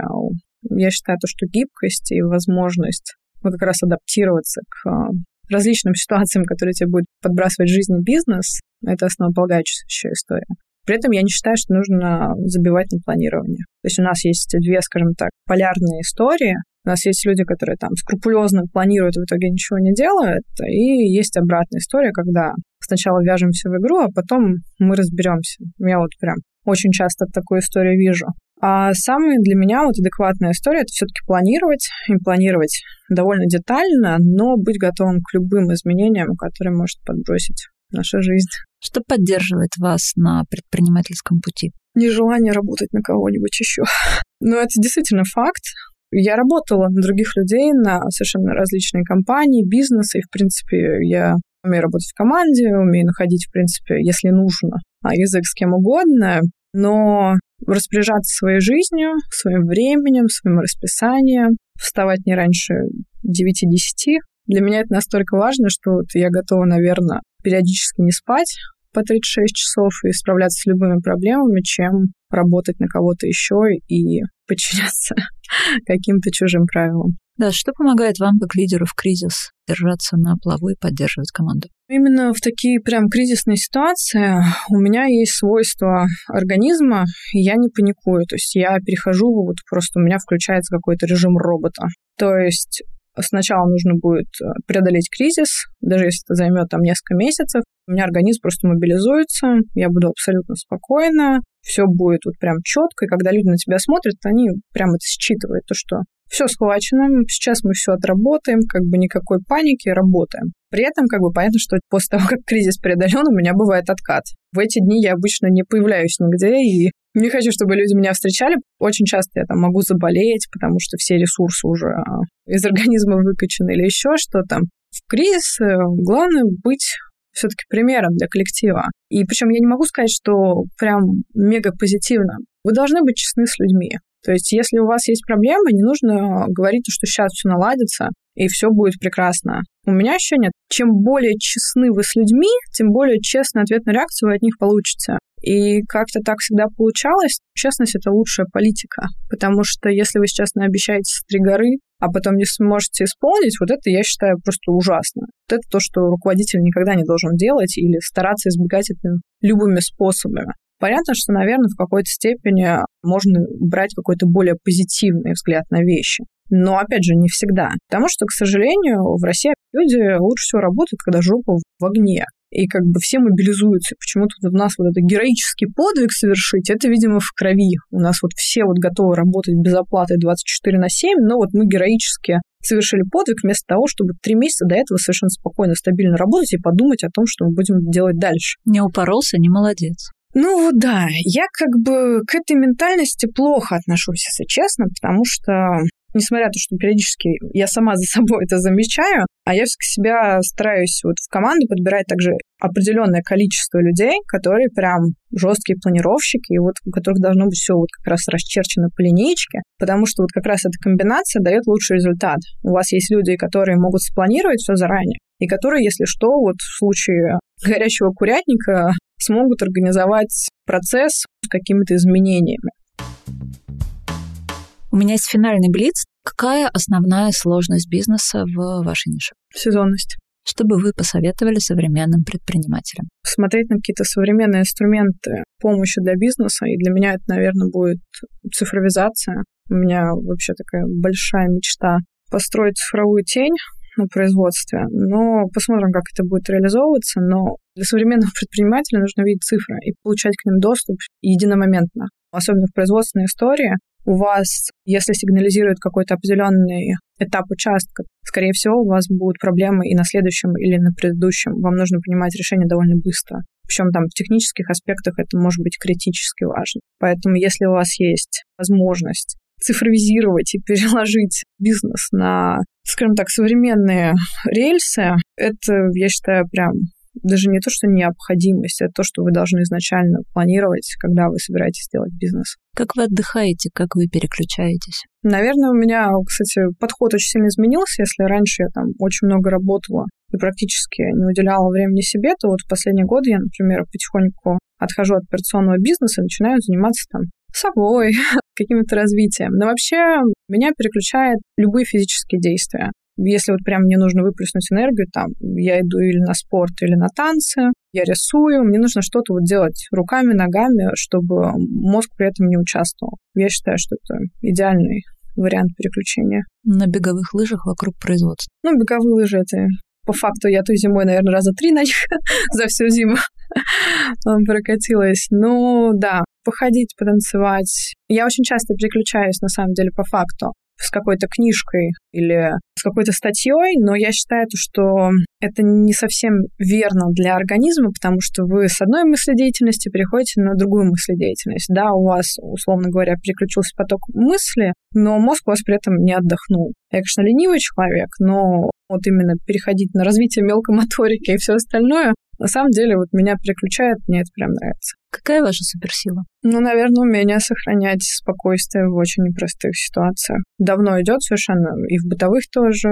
Я считаю, то, что гибкость и возможность ну, как раз адаптироваться к различным ситуациям, которые тебе будет подбрасывать в жизни бизнес, это основополагающая история. При этом я не считаю, что нужно забивать на планирование. То есть у нас есть две, скажем так, полярные истории. У нас есть люди, которые там скрупулезно планируют, в итоге ничего не делают. И есть обратная история, когда сначала вяжемся в игру, а потом мы разберемся. Я вот прям очень часто такую историю вижу. А самая для меня вот адекватная история — это все-таки планировать, и планировать довольно детально, но быть готовым к любым изменениям, которые может подбросить наша жизнь.
Что поддерживает вас на предпринимательском пути?
Нежелание работать на кого-нибудь еще. Но это действительно факт. Я работала на других людей, на совершенно различные компании, бизнесы, и, в принципе, я умею работать в команде, умею находить, в принципе, если нужно, язык с кем угодно, но распоряжаться своей жизнью, своим временем, своим расписанием, вставать не раньше девяти-десяти. Для меня это настолько важно, что вот я готова, наверное, периодически не спать по тридцать шесть часов и справляться с любыми проблемами, чем работать на кого-то еще и подчиняться каким-то чужим правилам.
Да, что помогает вам, как лидеру в кризис, держаться на плаву и поддерживать команду?
Именно в такие прям кризисные ситуации у меня есть свойство организма, и я не паникую. То есть я перехожу, вот просто у меня включается какой-то режим робота. То есть сначала нужно будет преодолеть кризис, даже если это займет там несколько месяцев. У меня организм просто мобилизуется, я буду абсолютно спокойна, все будет вот прям четко, и когда люди на тебя смотрят, они прям это считывают, то, что все схвачено, сейчас мы все отработаем, как бы никакой паники, работаем. При этом как бы понятно, что после того, как кризис преодолен, у меня бывает откат. В эти дни я обычно не появляюсь нигде, и не хочу, чтобы люди меня встречали. Очень часто я там могу заболеть, потому что все ресурсы уже из организма выкачаны или еще что-то. В кризис главное быть все-таки примером для коллектива. И причем я не могу сказать, что прям мега позитивно. Вы должны быть честны с людьми. То есть, если у вас есть проблемы, не нужно говорить, что сейчас все наладится, и все будет прекрасно. У меня еще нет. Чем более честны вы с людьми, тем более честный ответ на реакцию вы от них получите. И как-то так всегда получалось. Честность — это лучшая политика. Потому что если вы сейчас наобещаете с три горы, а потом не сможете исполнить, вот это, я считаю, просто ужасно. Вот это то, что руководитель никогда не должен делать или стараться избегать это любыми способами. Понятно, что, наверное, в какой-то степени можно брать какой-то более позитивный взгляд на вещи. Но, опять же, не всегда. Потому что, к сожалению, в России люди лучше всего работают, когда жопа в огне. И как бы все мобилизуются. Почему-то вот у нас вот этот героический подвиг совершить, это, видимо, в крови. У нас вот все вот готовы работать без оплаты двадцать четыре на семь, но вот мы героически совершили подвиг вместо того, чтобы три месяца до этого совершенно спокойно, стабильно работать и подумать о том, что мы будем делать дальше.
Не упоролся, не молодец.
Ну вот да, я как бы к этой ментальности плохо отношусь, если честно, потому что, несмотря на то, что периодически я сама за собой это замечаю, а я все-таки себя стараюсь вот в команду подбирать также определенное количество людей, которые прям жесткие планировщики, и вот у которых должно быть все вот как раз расчерчено по линейке, потому что вот как раз эта комбинация дает лучший результат. У вас есть люди, которые могут спланировать все заранее, и которые, если что, вот в случае горящего курятника смогут организовать процесс с какими-то изменениями.
У меня есть финальный блиц. Какая основная сложность бизнеса в вашей нише?
Сезонность.
Что бы вы посоветовали современным предпринимателям?
Смотреть на какие-то современные инструменты помощи для бизнеса, и для меня это, наверное, будет цифровизация. У меня вообще такая большая мечта построить цифровую тень на производстве, но посмотрим, как это будет реализовываться, но для современного предпринимателя нужно видеть цифры и получать к ним доступ единомоментно. Особенно в производственной истории у вас, если сигнализирует какой-то определенный этап участка, скорее всего, у вас будут проблемы и на следующем, или на предыдущем. Вам нужно принимать решение довольно быстро. Причем там в технических аспектах это может быть критически важно. Поэтому если у вас есть возможность цифровизировать и переложить бизнес на, скажем так, современные рельсы, это, я считаю, прям даже не то, что необходимость, а то, что вы должны изначально планировать, когда вы собираетесь делать бизнес.
Как вы отдыхаете, как вы переключаетесь?
Наверное, у меня, кстати, подход очень сильно изменился. Если раньше я там очень много работала и практически не уделяла времени себе, то вот в последние годы я, например, потихоньку отхожу от операционного бизнеса и начинаю заниматься там собой, каким-то развитием. Но вообще меня переключает любые физические действия. Если вот прям мне нужно выплеснуть энергию, там, я иду или на спорт, или на танцы, я рисую, мне нужно что-то вот делать руками, ногами, чтобы мозг при этом не участвовал. Я считаю, что это идеальный вариант переключения.
На беговых лыжах вокруг производства?
Ну, беговые лыжи — это по факту я той зимой, наверное, раза три на них за всю зиму прокатилась. Ну, да, походить, потанцевать. Я очень часто переключаюсь, на самом деле, по факту с какой-то книжкой или с какой-то статьей, но я считаю, что это не совсем верно для организма, потому что вы с одной мыследеятельности переходите на другую мыследеятельность. Да, у вас, условно говоря, переключился поток мысли, но мозг у вас при этом не отдохнул. Я, конечно, ленивый человек, но вот именно переходить на развитие мелкой моторики и все остальное, на самом деле, вот меня переключает, мне это прям нравится.
Какая ваша суперсила?
Ну, наверное, умение сохранять спокойствие в очень непростых ситуациях. Давно идет совершенно, и в бытовых тоже,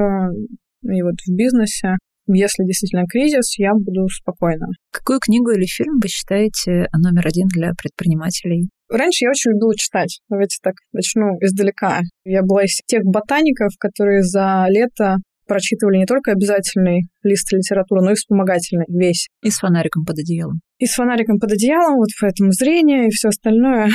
и вот в бизнесе. Если действительно кризис, я буду спокойна.
Какую книгу или фильм вы считаете номер один для предпринимателей?
Раньше я очень любила читать. Давайте так начну издалека. Я была из тех ботаников, которые за лето прочитывали не только обязательный лист литературы, но и вспомогательный весь.
И с фонариком под одеялом.
И с фонариком под одеялом, вот поэтому зрение и все остальное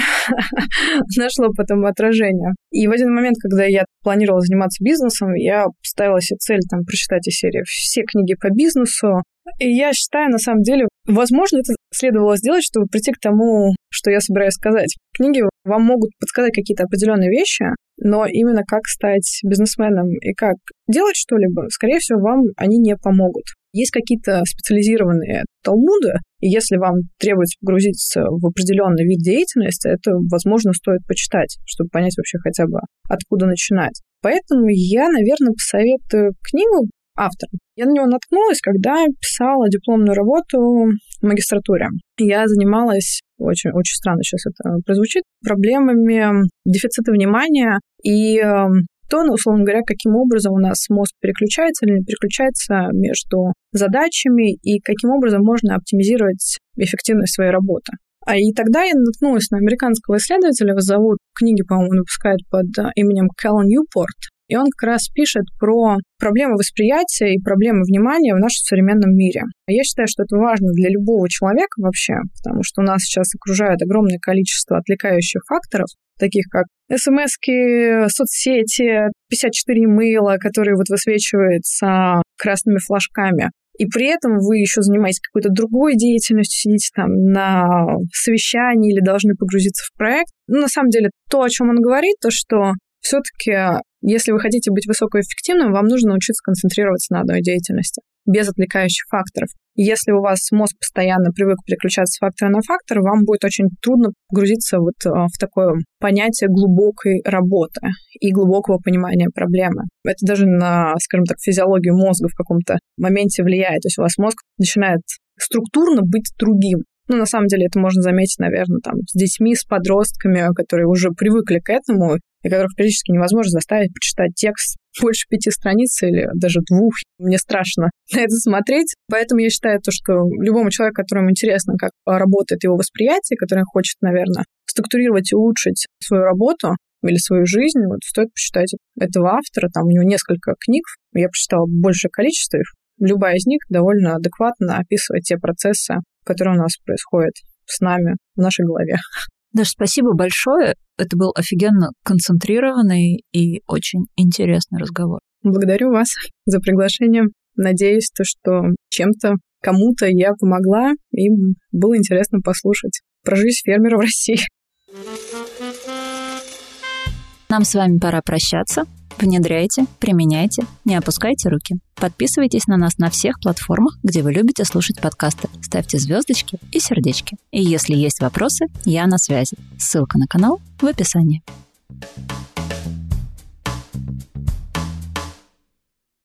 нашло потом отражение. И в один момент, когда я планировала заниматься бизнесом, я поставила себе цель там прочитать из серии все книги по бизнесу. И я считаю, на самом деле, возможно, это следовало сделать, чтобы прийти к тому, что я собираюсь сказать. Книги вам могут подсказать какие-то определенные вещи, но именно как стать бизнесменом и как делать что-либо, скорее всего, вам они не помогут. Есть какие-то специализированные талмуды, и если вам требуется погрузиться в определенный вид деятельности, это, возможно, стоит почитать, чтобы понять вообще хотя бы, откуда начинать. Поэтому я, наверное, посоветую книгу автора. Я на него наткнулась, когда писала дипломную работу в магистратуре. Я занималась, очень, очень странно сейчас это прозвучит, проблемами дефицита внимания и то, условно говоря, каким образом у нас мозг переключается или не переключается между задачами и каким образом можно оптимизировать эффективность своей работы. А и тогда я наткнулась на американского исследователя, его зовут, книги, по-моему, он выпускает под именем Кэл Ньюпорт, и он как раз пишет про проблемы восприятия и проблемы внимания в нашем современном мире. Я считаю, что это важно для любого человека вообще, потому что у нас сейчас окружает огромное количество отвлекающих факторов, таких как смс-ки, соцсети, пятьдесят четыре имейла, которые вот высвечиваются красными флажками. И при этом вы еще занимаетесь какой-то другой деятельностью, сидите там на совещании или должны погрузиться в проект. Ну, на самом деле, то, о чем он говорит, то, что все-таки, если вы хотите быть высокоэффективным, вам нужно научиться концентрироваться на одной деятельности, без отвлекающих факторов. И если у вас мозг постоянно привык переключаться с фактора на фактор, вам будет очень трудно погрузиться вот в такое понятие глубокой работы и глубокого понимания проблемы. Это даже на, скажем так, физиологию мозга в каком-то моменте влияет. То есть у вас мозг начинает структурно быть другим. Ну, на самом деле, это можно заметить, наверное, там, с детьми, с подростками, которые уже привыкли к этому, и которых периодически невозможно заставить прочитать текст больше пяти страниц или даже двух. Мне страшно на это смотреть. Поэтому я считаю, то, что любому человеку, которому интересно, как работает его восприятие, который хочет, наверное, структурировать и улучшить свою работу или свою жизнь, вот стоит почитать этого автора. Там у него несколько книг, я прочитала большее количество их. Любая из них довольно адекватно описывает те процессы, которые у нас происходят с нами в нашей голове.
Даша, спасибо большое. Это был офигенно концентрированный и очень интересный разговор.
Благодарю вас за приглашение. Надеюсь, то, что чем-то кому-то я помогла, и было интересно послушать про жизнь фермера в России.
Нам с вами пора прощаться. Внедряйте, применяйте, не опускайте руки. Подписывайтесь на нас на всех платформах, где вы любите слушать подкасты. Ставьте звездочки и сердечки. И если есть вопросы, я на связи. Ссылка на канал в описании.